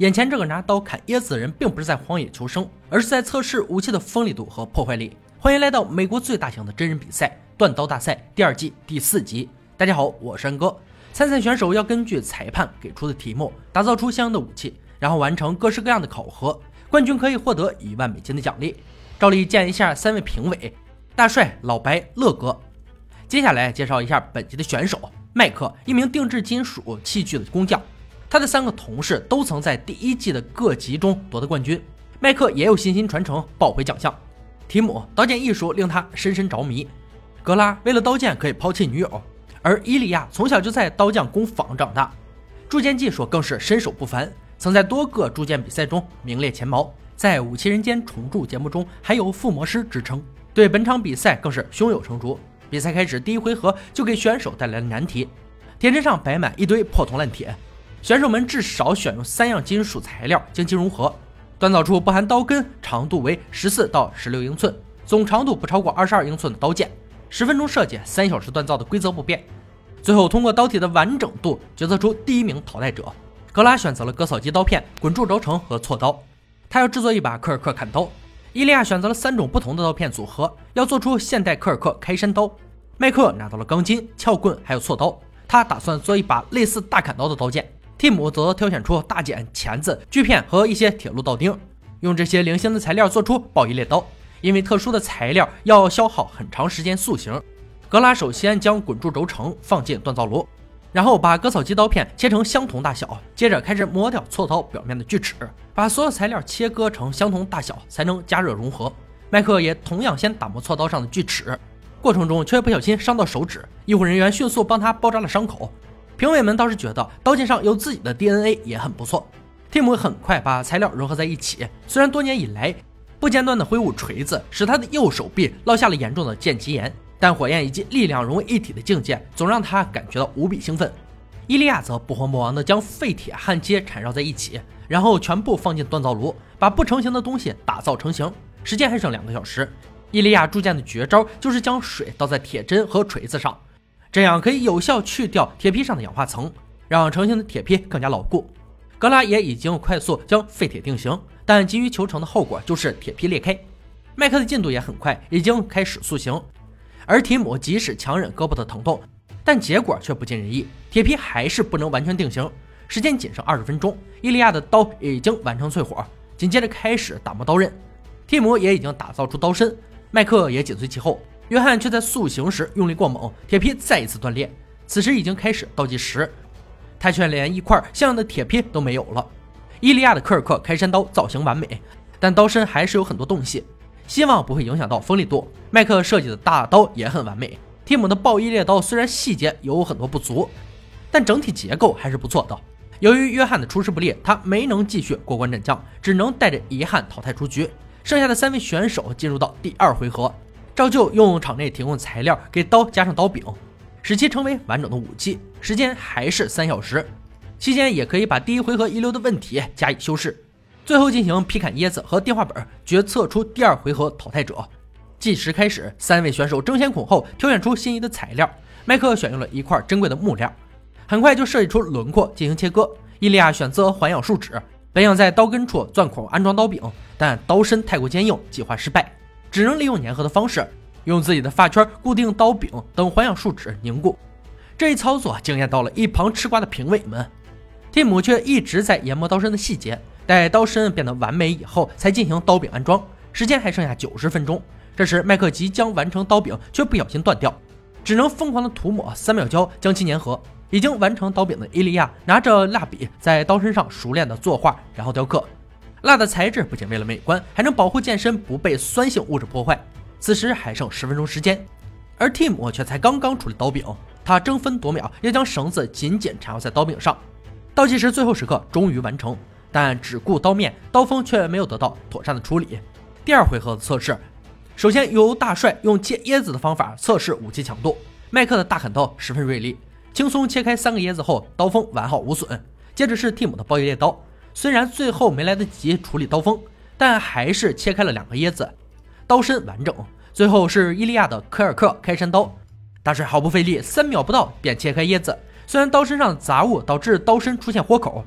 眼前这个拿刀砍椰子的人并不是在荒野求生，而是在测试武器的锋利度和破坏力。欢迎来到美国最大型的真人比赛断刀大赛第2季第4集。大家好，我是安哥。参赛选手要根据裁判给出的题目打造出相应的武器，然后完成各式各样的考核，冠军可以获得1万美金的奖励。照例见一下3位评委：大帅、老白、乐哥。接下来介绍一下本集的选手麦克，一名定制金属器具的工匠。他的3个同事都曾在第1季的各集中夺得冠军，麦克也有信心传承，抱回奖项。提姆刀剑艺术令他深深着迷，格拉为了刀剑可以抛弃女友，而伊利亚从小就在刀匠工坊长大，铸剑技术更是身手不凡，曾在多个铸剑比赛中名列前茅，在武器人间重铸节目中还有附魔师之称，对本场比赛更是胸有成竹。比赛开始第1回合就给选手带来了难题，铁砧上摆满一堆破铜烂铁，选手们至少选用3样金属材料经其融合，锻造出包含刀根长度为14到16英寸，总长度不超过22英寸的刀剑。10分钟设计，3小时锻造的规则不变。最后通过刀体的完整度决策出第1名淘汰者。格拉选择了割草机刀片、滚铸轴承和锉刀，他要制作一把科尔克砍刀。伊利亚选择了3种不同的刀片组合，要做出现代科尔克开山刀。麦克拿到了钢筋、撬棍还有锉刀，他打算做一把类似大砍刀的刀剑。蒂姆则挑选出大剪、钳子、锯片和一些铁路刀钉，用这些零星的材料做出暴衣猎刀，因为特殊的材料要消耗很长时间塑形。格拉首先将滚铸轴承放进锻造炉，然后把割草机刀片切成相同大小，接着开始磨掉锉刀表面的锯齿，把所有材料切割成相同大小才能加热融合。麦克也同样先打磨锉刀上的锯齿，过程中却不小心伤到手指，医护人员迅速帮他包扎了伤口。评委们倒是觉得刀剑上有自己的 DNA 也很不错。蒂姆很快把材料融合在一起，虽然多年以来不间断的挥舞锤子使他的右手臂落下了严重的剑肌炎，但火焰以及力量融为一体的境界总让他感觉到无比兴奋。伊利亚则不慌不忙地将废铁焊接缠绕在一起，然后全部放进锻造炉，把不成形的东西打造成型。时间还剩2个小时。伊利亚铸剑的绝招就是将水倒在铁针和锤子上，这样可以有效去掉铁坯上的氧化层，让成型的铁坯更加牢固。格拉也已经快速将废铁定型，但急于求成的后果就是铁坯裂开。麦克的进度也很快，已经开始塑形，而提姆即使强忍胳膊的疼痛，但结果却不尽人意，铁坯还是不能完全定型。时间仅剩20分钟，伊利亚的刀已经完成淬火，紧接着开始打磨刀刃。提姆也已经打造出刀身，麦克也紧随其后。约翰却在塑形时用力过猛，铁坯再一次断裂。此时已经开始倒计时，他却连一块像样的铁坯都没有了。伊利亚的科尔克开山刀造型完美，但刀身还是有很多洞隙，希望不会影响到锋利度。麦克设计的大刀也很完美，提姆的暴衣猎刀虽然细节有很多不足，但整体结构还是不错的。由于约翰的出师不利，他没能继续过关斩将，只能带着遗憾淘汰出局。剩下的3位选手进入到第2回合，照旧用场内提供的材料给刀加上刀柄，使其成为完整的武器。时间还是3小时，期间也可以把第1回合遗留的问题加以修饰。最后进行劈砍椰子和电话本，决策出第2回合淘汰者。计时开始，3位选手争先恐后挑选出心仪的材料。麦克选用了一块珍贵的木料，很快就设计出轮廓进行切割。伊利亚选择环氧树脂，本想在刀根处钻孔安装刀柄，但刀身太过坚硬，计划失败，只能利用粘合的方式，用自己的发圈固定刀柄，等环氧树脂凝固。这一操作惊艳到了一旁吃瓜的评委们，蒂姆却一直在研磨刀身的细节，待刀身变得完美以后才进行刀柄安装。时间还剩下90分钟，这时麦克即将完成刀柄，却不小心断掉，只能疯狂的涂抹3秒胶将其粘合。已经完成刀柄的伊利亚拿着蜡笔在刀身上熟练的作画，然后雕刻。蜡的材质不仅为了美观，还能保护剑身不被酸性物质破坏。此时还剩10分钟时间，而蒂姆却才刚刚处理刀柄，他争分夺秒要将绳子紧紧缠绕在刀柄上。倒计时最后时刻终于完成，但只顾刀面，刀锋却没有得到妥善的处理。第2回合的测试，首先由大帅用切椰子的方法测试武器强度。麦克的大砍刀十分锐利，轻松切开3个椰子后，刀锋完好无损。接着是蒂姆的暴衣猎刀，虽然最后没来得及处理刀锋，但还是切开了2个椰子，刀身完整。最后是伊利亚的科尔克开山刀，大帅毫不费力，3秒不到便切开椰子。虽然刀身上的杂物导致刀身出现豁口，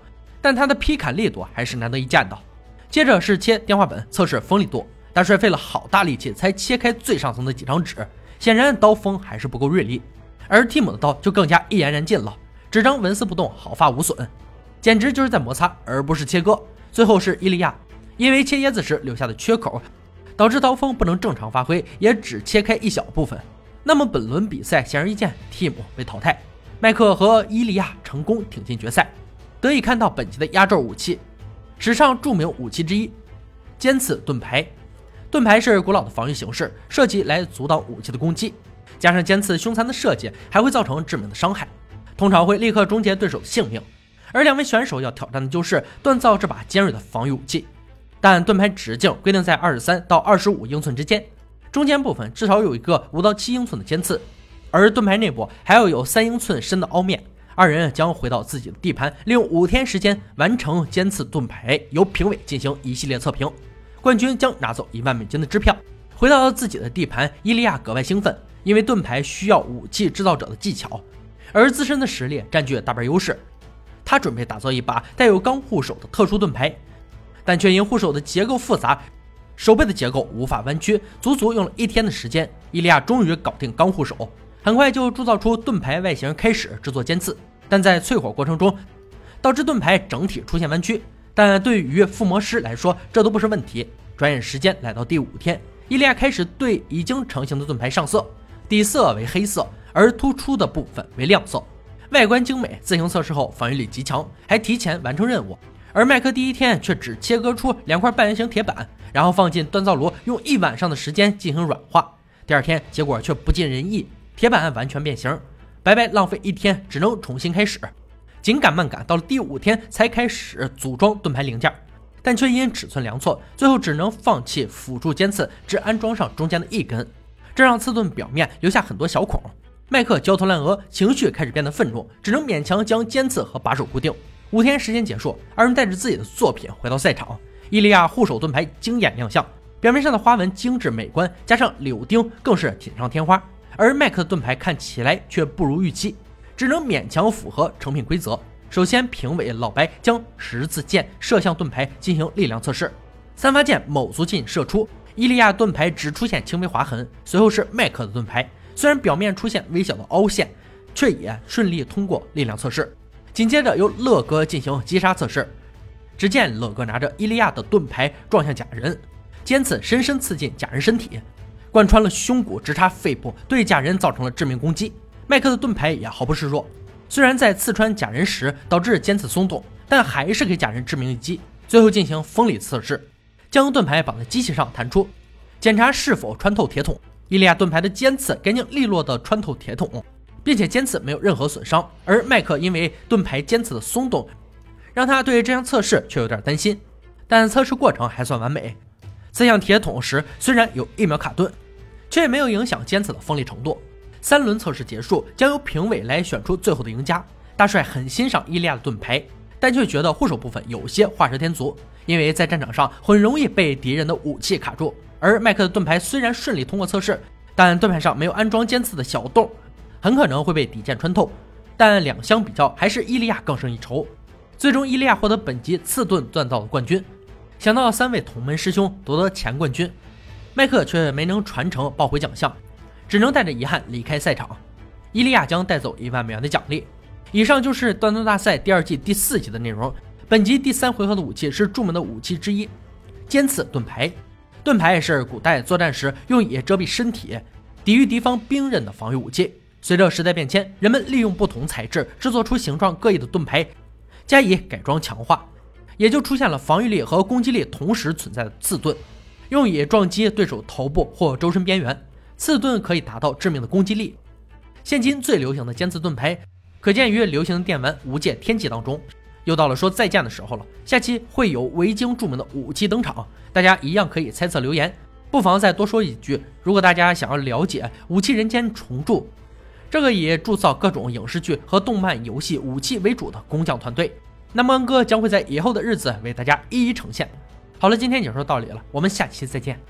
但它的劈砍力度还是难得一见的。接着是切电话本测试锋利度，大帅费了好大力气才切开最上层的几张纸，显然刀锋还是不够锐利。而蒂姆的刀就更加一言难尽了，纸张纹丝不动，毫发无损，简直就是在摩擦而不是切割。最后是伊利亚，因为切椰子时留下的缺口，导致刀锋不能正常发挥，也只切开一小部分。那么本轮比赛显而易见，蒂姆被淘汰，麦克和伊利亚成功挺进决赛，得以看到本集的压轴武器，史上著名武器之一——尖刺盾牌。盾牌是古老的防御形式，设计来阻挡武器的攻击，加上尖刺凶残的设计，还会造成致命的伤害，通常会立刻终结对手的性命。而两位选手要挑战的就是锻造这把尖锐的防御武器，但盾牌直径规定在23到25英寸之间，中间部分至少有一个5到7英寸的尖刺，而盾牌内部还要有3英寸深的凹面。二人将回到自己的地盘，利用5天时间完成尖刺盾牌，由评委进行一系列测评，冠军将拿走1万美金的支票。回到自己的地盘，伊利亚格外兴奋，因为盾牌需要武器制造者的技巧，而自身的实力占据大半优势。他准备打造一把带有钢护手的特殊盾牌，但却因护手的结构复杂，手背的结构无法弯曲，足足用了1天的时间，伊利亚终于搞定钢护手，很快就铸造出盾牌外形，开始制作尖刺。但在淬火过程中，导致盾牌整体出现弯曲，但对于附魔师来说，这都不是问题。转眼时间来到第5天，伊利亚开始对已经成型的盾牌上色，底色为黑色，而突出的部分为亮色，外观精美。自行测试后防御力极强，还提前完成任务。而麦克第1天却只切割出2块半圆形铁板，然后放进锻造炉，用1晚上的时间进行软化。第2天结果却不尽人意，铁板完全变形，白白浪费1天，只能重新开始。紧赶慢赶，到了第5天才开始组装盾牌零件，但却因尺寸量错，最后只能放弃辅助尖刺，只安装上中间的1根，这让刺盾表面留下很多小孔。麦克焦头烂额，情绪开始变得愤怒，只能勉强将尖刺和把手固定。5天时间结束，二人带着自己的作品回到赛场。伊利亚护手盾牌惊艳亮相，表面上的花纹精致美观，加上柳钉更是锦上添花。而麦克的盾牌看起来却不如预期，只能勉强符合成品规则。首先，评委老白将十字箭射向盾牌进行力量测试，3发箭卯足劲射出，伊利亚盾牌只出现轻微划痕。随后是麦克的盾牌，虽然表面出现微小的凹陷，却也顺利通过力量测试。紧接着由乐哥进行击杀测试，只见乐哥拿着伊利亚的盾牌撞向假人，尖刺深深刺进假人身体，贯穿了胸骨，直插肺部，对假人造成了致命攻击。麦克的盾牌也毫不示弱，虽然在刺穿假人时导致尖刺松动，但还是给假人致命一击。最后进行锋利测试，将盾牌绑在机器上弹出，检查是否穿透铁桶。伊利亚盾牌的尖刺干净利落地穿透铁桶，并且尖刺没有任何损伤。而麦克因为盾牌尖刺的松动，让他对这项测试却有点担心，但测试过程还算完美。刺向铁桶时虽然有1秒卡顿，却也没有影响尖刺的锋利程度。3轮测试结束，将由评委来选出最后的赢家。大帅很欣赏伊利亚的盾牌，但却觉得护手部分有些画蛇添足，因为在战场上很容易被敌人的武器卡住。而麦克的盾牌虽然顺利通过测试，但盾牌上没有安装尖刺的小洞，很可能会被敌舰穿透。但两相比较，还是伊利亚更胜一筹。最终伊利亚获得本集刺盾锻造的冠军。想到3位同门师兄夺得前冠军，麦克却没能传承抱回奖项，只能带着遗憾离开赛场。伊利亚将带走1万美元的奖励。以上就是锻造大赛第2季第4集的内容。本集第3回合的武器是著名的武器之一——尖刺盾牌。盾牌是古代作战时用以遮蔽身体，抵御敌方兵刃的防御武器。随着时代变迁，人们利用不同材质制作出形状各异的盾牌，加以改装强化，也就出现了防御力和攻击力同时存在的刺盾，用以撞击对手头部或周身边缘。刺盾可以达到致命的攻击力。现今最流行的尖刺盾牌可见于流行的电玩《无界天际》当中。又到了说再见的时候了，下期会有维京著名的武器登场，大家一样可以猜测留言。不妨再多说一句，如果大家想要了解武器人间重铸，这个以铸造各种影视剧和动漫游戏武器为主的工匠团队，那么恩哥将会在以后的日子为大家一一呈现。好了，今天就说到这里了，我们下期再见。